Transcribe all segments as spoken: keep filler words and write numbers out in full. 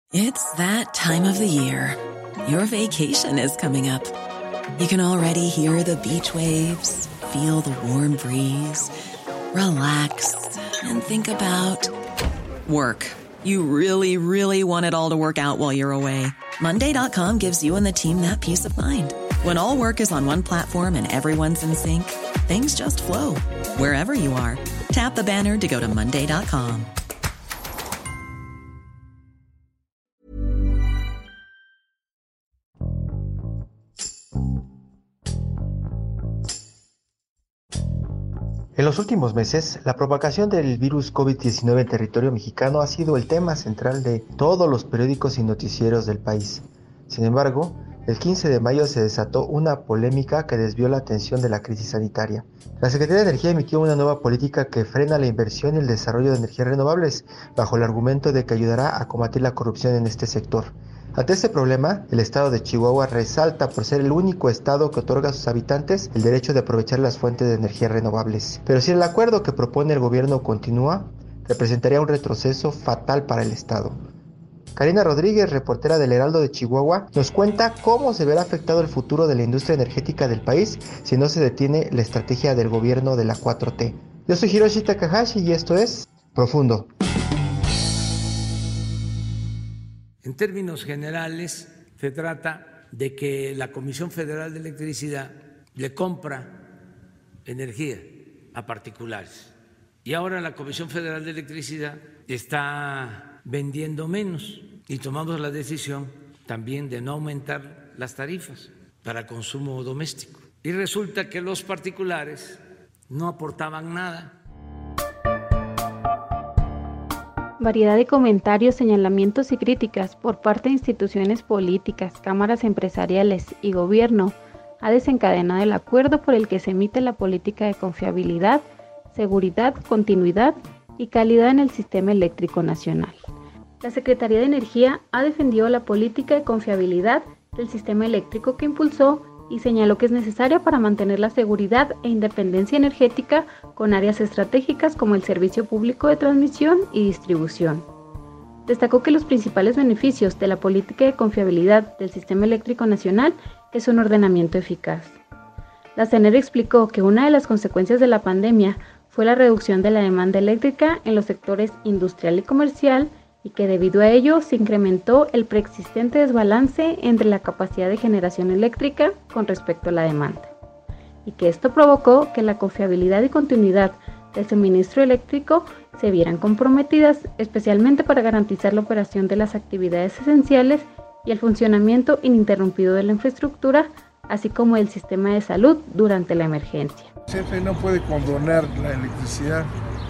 It's that time of the year. Your vacation is coming up. You can already hear the beach waves, feel the warm breeze, relax, and think about work. You really, really want it all to work out while you're away. Monday dot com gives you and the team that peace of mind. When all work is on one platform and everyone's in sync, things just flow. Wherever you are, tap the banner to go to Monday dot com. En los últimos meses, la propagación del virus COVID diecinueve en territorio mexicano ha sido el tema central de todos los periódicos y noticieros del país. Sin embargo, el quince de mayo se desató una polémica que desvió la atención de la crisis sanitaria. La Secretaría de Energía emitió una nueva política que frena la inversión y el desarrollo de energías renovables, bajo el argumento de que ayudará a combatir la corrupción en este sector. Ante este problema, el estado de Chihuahua resalta por ser el único estado que otorga a sus habitantes el derecho de aprovechar las fuentes de energía renovables. Pero si el acuerdo que propone el gobierno continúa, representaría un retroceso fatal para el estado. Karina Rodríguez, reportera del Heraldo de Chihuahua, nos cuenta cómo se verá afectado el futuro de la industria energética del país si no se detiene la estrategia del gobierno de la cuatro T. Yo soy Hiroshi Takahashi y esto es Profundo. En términos generales, se trata de que la Comisión Federal de Electricidad le compra energía a particulares. Y ahora la Comisión Federal de Electricidad está vendiendo menos y tomamos la decisión también de no aumentar las tarifas para consumo doméstico. Y resulta que los particulares no aportaban nada. Variedad de comentarios, señalamientos y críticas por parte de instituciones políticas, cámaras empresariales y gobierno ha desencadenado el acuerdo por el que se emite la política de confiabilidad, seguridad, continuidad y calidad en el sistema eléctrico nacional. La Secretaría de Energía ha defendido la política de confiabilidad del sistema eléctrico que impulsó y señaló que es necesaria para mantener la seguridad e independencia energética con áreas estratégicas como el servicio público de transmisión y distribución. Destacó que los principales beneficios de la política de confiabilidad del sistema eléctrico nacional es un ordenamiento eficaz. La C N E R explicó que una de las consecuencias de la pandemia fue la reducción de la demanda eléctrica en los sectores industrial y comercial, y que debido a ello se incrementó el preexistente desbalance entre la capacidad de generación eléctrica con respecto a la demanda, y que esto provocó que la confiabilidad y continuidad del suministro eléctrico se vieran comprometidas, especialmente para garantizar la operación de las actividades esenciales y el funcionamiento ininterrumpido de la infraestructura, así como el sistema de salud durante la emergencia. C F E no puede condonar la electricidad,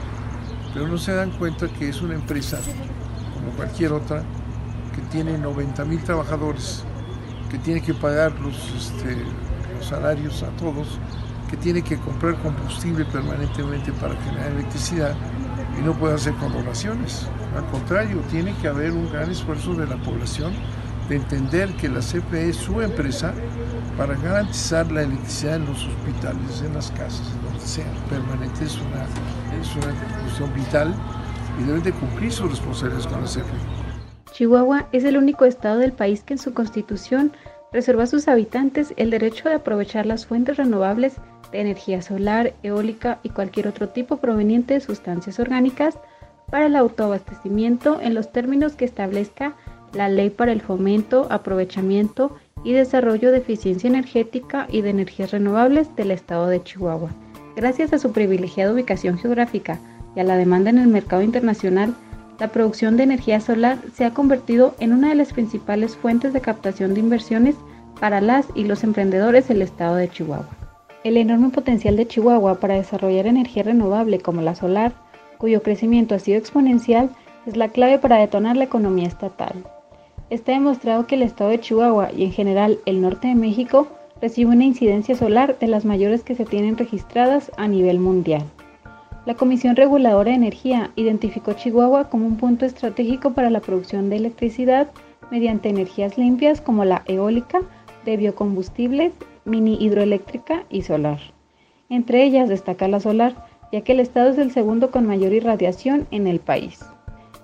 pero no se dan cuenta que es una empresa como cualquier otra, que tiene noventa mil trabajadores, que tiene que pagar los, este, los salarios a todos, que tiene que comprar combustible permanentemente para generar electricidad y no puede hacer condonaciones. Al contrario, tiene que haber un gran esfuerzo de la población de entender que la C F E es su empresa para garantizar la electricidad en los hospitales, en las casas, donde sea. Permanente es una, es una cuestión vital y deben de cumplir sus responsabilidades con la C F E. Chihuahua es el único estado del país que en su constitución reserva a sus habitantes el derecho de aprovechar las fuentes renovables de energía solar, eólica y cualquier otro tipo proveniente de sustancias orgánicas para el autoabastecimiento en los términos que establezca la Ley para el Fomento, Aprovechamiento y Desarrollo de Eficiencia Energética y de Energías Renovables del estado de Chihuahua. Gracias a su privilegiada ubicación geográfica y a la demanda en el mercado internacional, la producción de energía solar se ha convertido en una de las principales fuentes de captación de inversiones para las y los emprendedores del estado de Chihuahua. El enorme potencial de Chihuahua para desarrollar energía renovable como la solar, cuyo crecimiento ha sido exponencial, es la clave para detonar la economía estatal. Está demostrado que el estado de Chihuahua y en general el norte de México recibe una incidencia solar de las mayores que se tienen registradas a nivel mundial. La Comisión Reguladora de Energía identificó Chihuahua como un punto estratégico para la producción de electricidad mediante energías limpias como la eólica, de biocombustibles, mini hidroeléctrica y solar. Entre ellas destaca la solar, ya que el estado es el segundo con mayor irradiación en el país.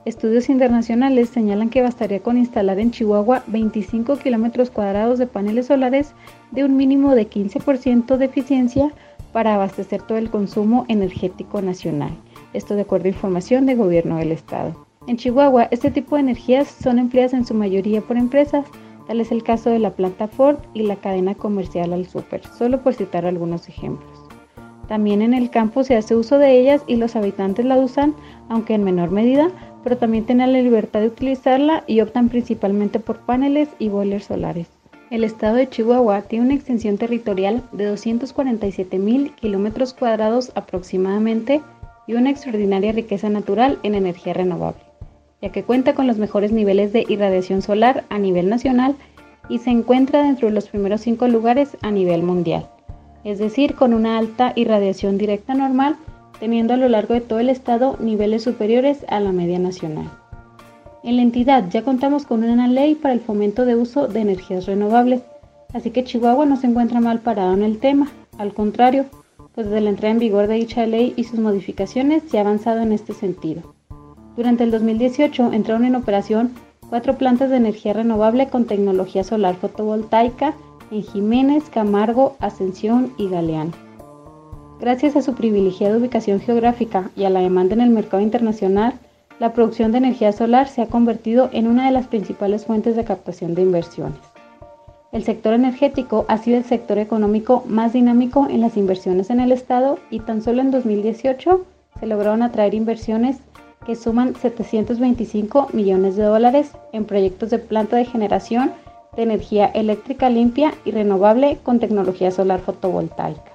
Estudios internacionales señalan que bastaría con instalar en Chihuahua veinticinco kilómetros cuadrados de paneles solares de un mínimo de quince por ciento de eficiencia para abastecer todo el consumo energético nacional. Esto de acuerdo a información del gobierno del estado. En Chihuahua, este tipo de energías son empleadas en su mayoría por empresas, tal es el caso de la planta Ford y la cadena comercial Al Súper, solo por citar algunos ejemplos. También en el campo se hace uso de ellas y los habitantes la usan, aunque en menor medida, pero también tienen la libertad de utilizarla y optan principalmente por paneles y boilers solares. El estado de Chihuahua tiene una extensión territorial de doscientos cuarenta y siete mil kilómetros cuadrados aproximadamente y una extraordinaria riqueza natural en energía renovable, ya que cuenta con los mejores niveles de irradiación solar a nivel nacional y se encuentra dentro de los primeros cinco lugares a nivel mundial, es decir, con una alta irradiación directa normal, teniendo a lo largo de todo el estado niveles superiores a la media nacional. En la entidad ya contamos con una ley para el fomento de uso de energías renovables, así que Chihuahua no se encuentra mal parado en el tema, al contrario, pues desde la entrada en vigor de dicha ley y sus modificaciones se ha avanzado en este sentido. Durante el dos mil dieciocho entraron en operación cuatro plantas de energía renovable con tecnología solar fotovoltaica en Jiménez, Camargo, Ascensión y Galeano. Gracias a su privilegiada ubicación geográfica y a la demanda en el mercado internacional, la producción de energía solar se ha convertido en una de las principales fuentes de captación de inversiones. El sector energético ha sido el sector económico más dinámico en las inversiones en el estado y tan solo en dos mil dieciocho se lograron atraer inversiones que suman setecientos veinticinco millones de dólares en proyectos de planta de generación de energía eléctrica limpia y renovable con tecnología solar fotovoltaica.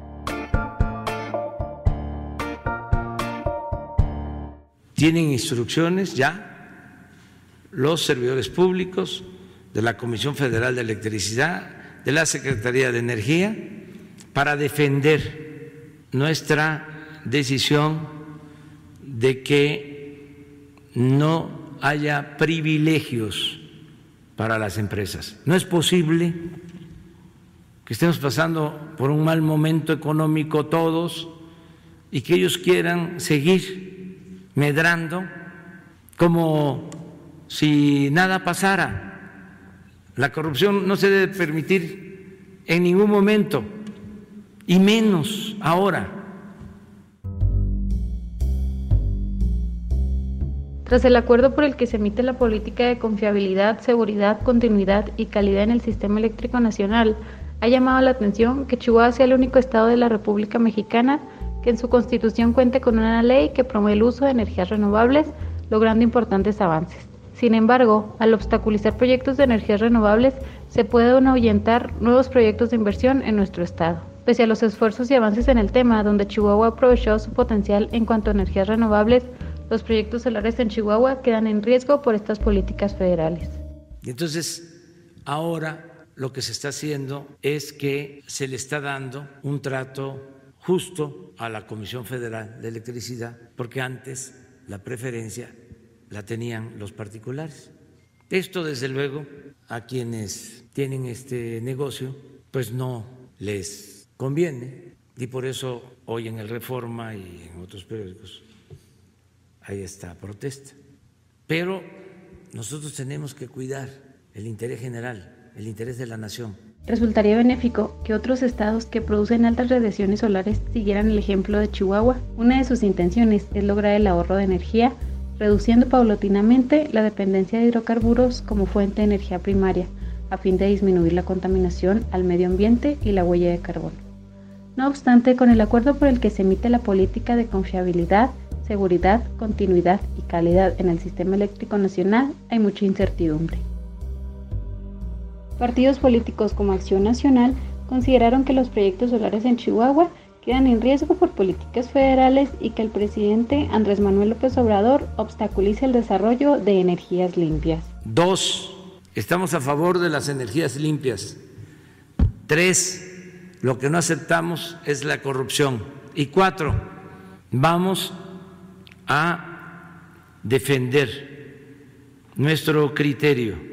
Tienen instrucciones ya los servidores públicos de la Comisión Federal de Electricidad, de la Secretaría de Energía, para defender nuestra decisión de que no haya privilegios para las empresas. No es posible que estemos pasando por un mal momento económico todos y que ellos quieran seguir medrando como si nada pasara. La corrupción no se debe permitir en ningún momento, y menos ahora. Tras el acuerdo por el que se emite la política de confiabilidad, seguridad, continuidad y calidad en el sistema eléctrico nacional, ha llamado la atención que Chihuahua sea el único estado de la República Mexicana que en su constitución cuente con una ley que promueve el uso de energías renovables, logrando importantes avances. Sin embargo, al obstaculizar proyectos de energías renovables, se pueden ahuyentar nuevos proyectos de inversión en nuestro estado. Pese a los esfuerzos y avances en el tema, donde Chihuahua ha aprovechado su potencial en cuanto a energías renovables, los proyectos solares en Chihuahua quedan en riesgo por estas políticas federales. Y entonces, ahora lo que se está haciendo es que se le está dando un trato justo a la Comisión Federal de Electricidad, porque antes la preferencia la tenían los particulares. Esto, desde luego, a quienes tienen este negocio, pues no les conviene, y por eso hoy en el Reforma y en otros periódicos hay esta protesta. Pero nosotros tenemos que cuidar el interés general, el interés de la nación. Resultaría benéfico que otros estados que producen altas radiaciones solares siguieran el ejemplo de Chihuahua. Una de sus intenciones es lograr el ahorro de energía, reduciendo paulatinamente la dependencia de hidrocarburos como fuente de energía primaria, a fin de disminuir la contaminación al medio ambiente y la huella de carbono. No obstante, con el acuerdo por el que se emite la política de confiabilidad, seguridad, continuidad y calidad en el sistema eléctrico nacional, hay mucha incertidumbre. Partidos políticos como Acción Nacional consideraron que los proyectos solares en Chihuahua quedan en riesgo por políticas federales y que el presidente Andrés Manuel López Obrador obstaculiza el desarrollo de energías limpias. Dos, estamos a favor de las energías limpias. Tres, lo que no aceptamos es la corrupción. Y cuatro, vamos a defender nuestro criterio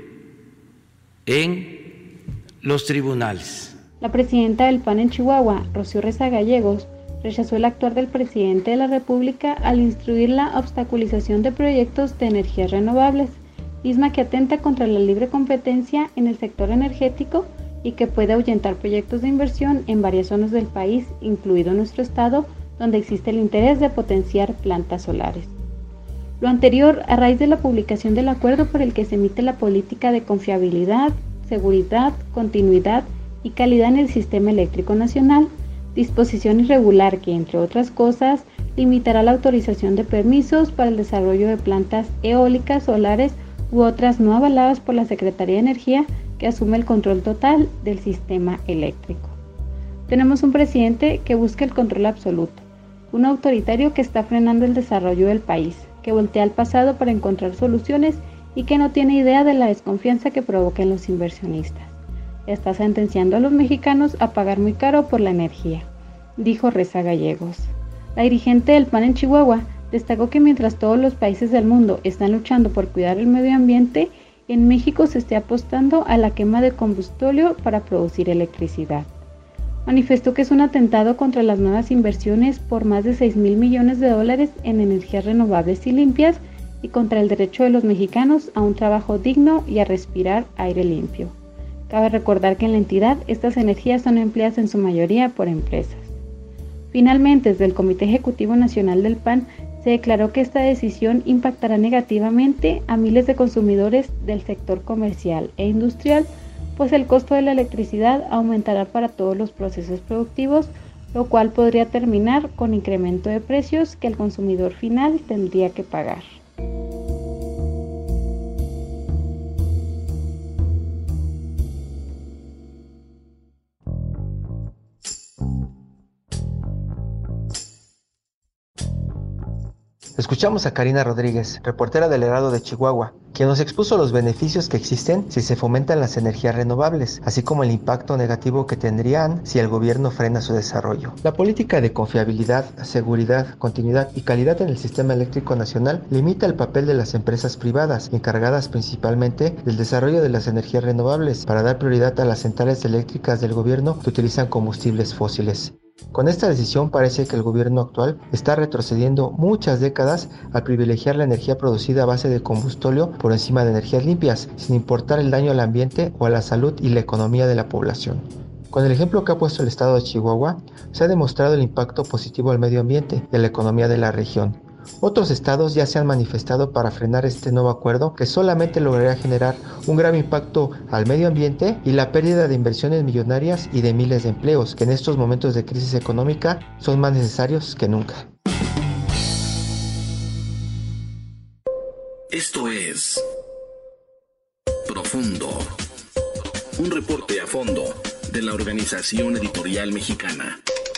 en los tribunales. La presidenta del P A N en Chihuahua, Rocío Reza Gallegos, rechazó el actuar del presidente de la República al instruir la obstaculización de proyectos de energías renovables, misma que atenta contra la libre competencia en el sector energético y que puede ahuyentar proyectos de inversión en varias zonas del país, incluido nuestro estado, donde existe el interés de potenciar plantas solares. Lo anterior a raíz de la publicación del acuerdo por el que se emite la política de confiabilidad, seguridad, continuidad y calidad en el sistema eléctrico nacional, disposición irregular que, entre otras cosas, limitará la autorización de permisos para el desarrollo de plantas eólicas, solares u otras no avaladas por la Secretaría de Energía, que asume el control total del sistema eléctrico. Tenemos un presidente que busca el control absoluto, un autoritario que está frenando el desarrollo del país, que voltea al pasado para encontrar soluciones y que no tiene idea de la desconfianza que provoca en los inversionistas. Está sentenciando a los mexicanos a pagar muy caro por la energía, dijo Reza Gallegos. La dirigente del P A N en Chihuahua destacó que mientras todos los países del mundo están luchando por cuidar el medio ambiente, en México se está apostando a la quema de combustóleo para producir electricidad. Manifestó que es un atentado contra las nuevas inversiones por más de seis mil millones de dólares en energías renovables y limpias y contra el derecho de los mexicanos a un trabajo digno y a respirar aire limpio. Cabe recordar que en la entidad estas energías son empleadas en su mayoría por empresas. Finalmente, desde el Comité Ejecutivo Nacional del P A N se declaró que esta decisión impactará negativamente a miles de consumidores del sector comercial e industrial, pues el costo de la electricidad aumentará para todos los procesos productivos, lo cual podría terminar con incremento de precios que el consumidor final tendría que pagar. Escuchamos a Karina Rodríguez, reportera del Heraldo de Chihuahua, quien nos expuso los beneficios que existen si se fomentan las energías renovables, así como el impacto negativo que tendrían si el gobierno frena su desarrollo. La política de confiabilidad, seguridad, continuidad y calidad en el sistema eléctrico nacional limita el papel de las empresas privadas, encargadas principalmente del desarrollo de las energías renovables, para dar prioridad a las centrales eléctricas del gobierno que utilizan combustibles fósiles. Con esta decisión parece que el gobierno actual está retrocediendo muchas décadas al privilegiar la energía producida a base de combustóleo por encima de energías limpias, sin importar el daño al ambiente o a la salud y la economía de la población. Con el ejemplo que ha puesto el estado de Chihuahua, se ha demostrado el impacto positivo al medio ambiente y a la economía de la región. Otros estados ya se han manifestado para frenar este nuevo acuerdo que solamente lograría generar un grave impacto al medio ambiente y la pérdida de inversiones millonarias y de miles de empleos que en estos momentos de crisis económica son más necesarios que nunca. Esto es Profundo, un reporte a fondo de la Organización Editorial Mexicana.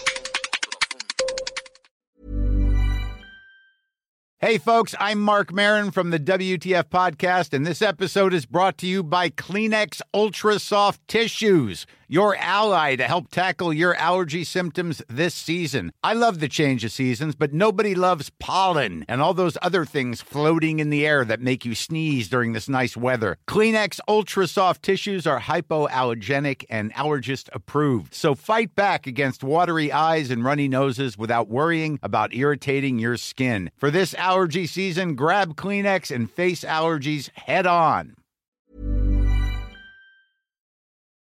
Hey, folks, I'm Mark Maron from the W T F Podcast, and this episode is brought to you by Kleenex Ultra Soft Tissues, your ally to help tackle your allergy symptoms this season. I love the change of seasons, but nobody loves pollen and all those other things floating in the air that make you sneeze during this nice weather. Kleenex Ultra Soft Tissues are hypoallergenic and allergist approved, so fight back against watery eyes and runny noses without worrying about irritating your skin. For this allergy season, grab Kleenex and face allergies head on.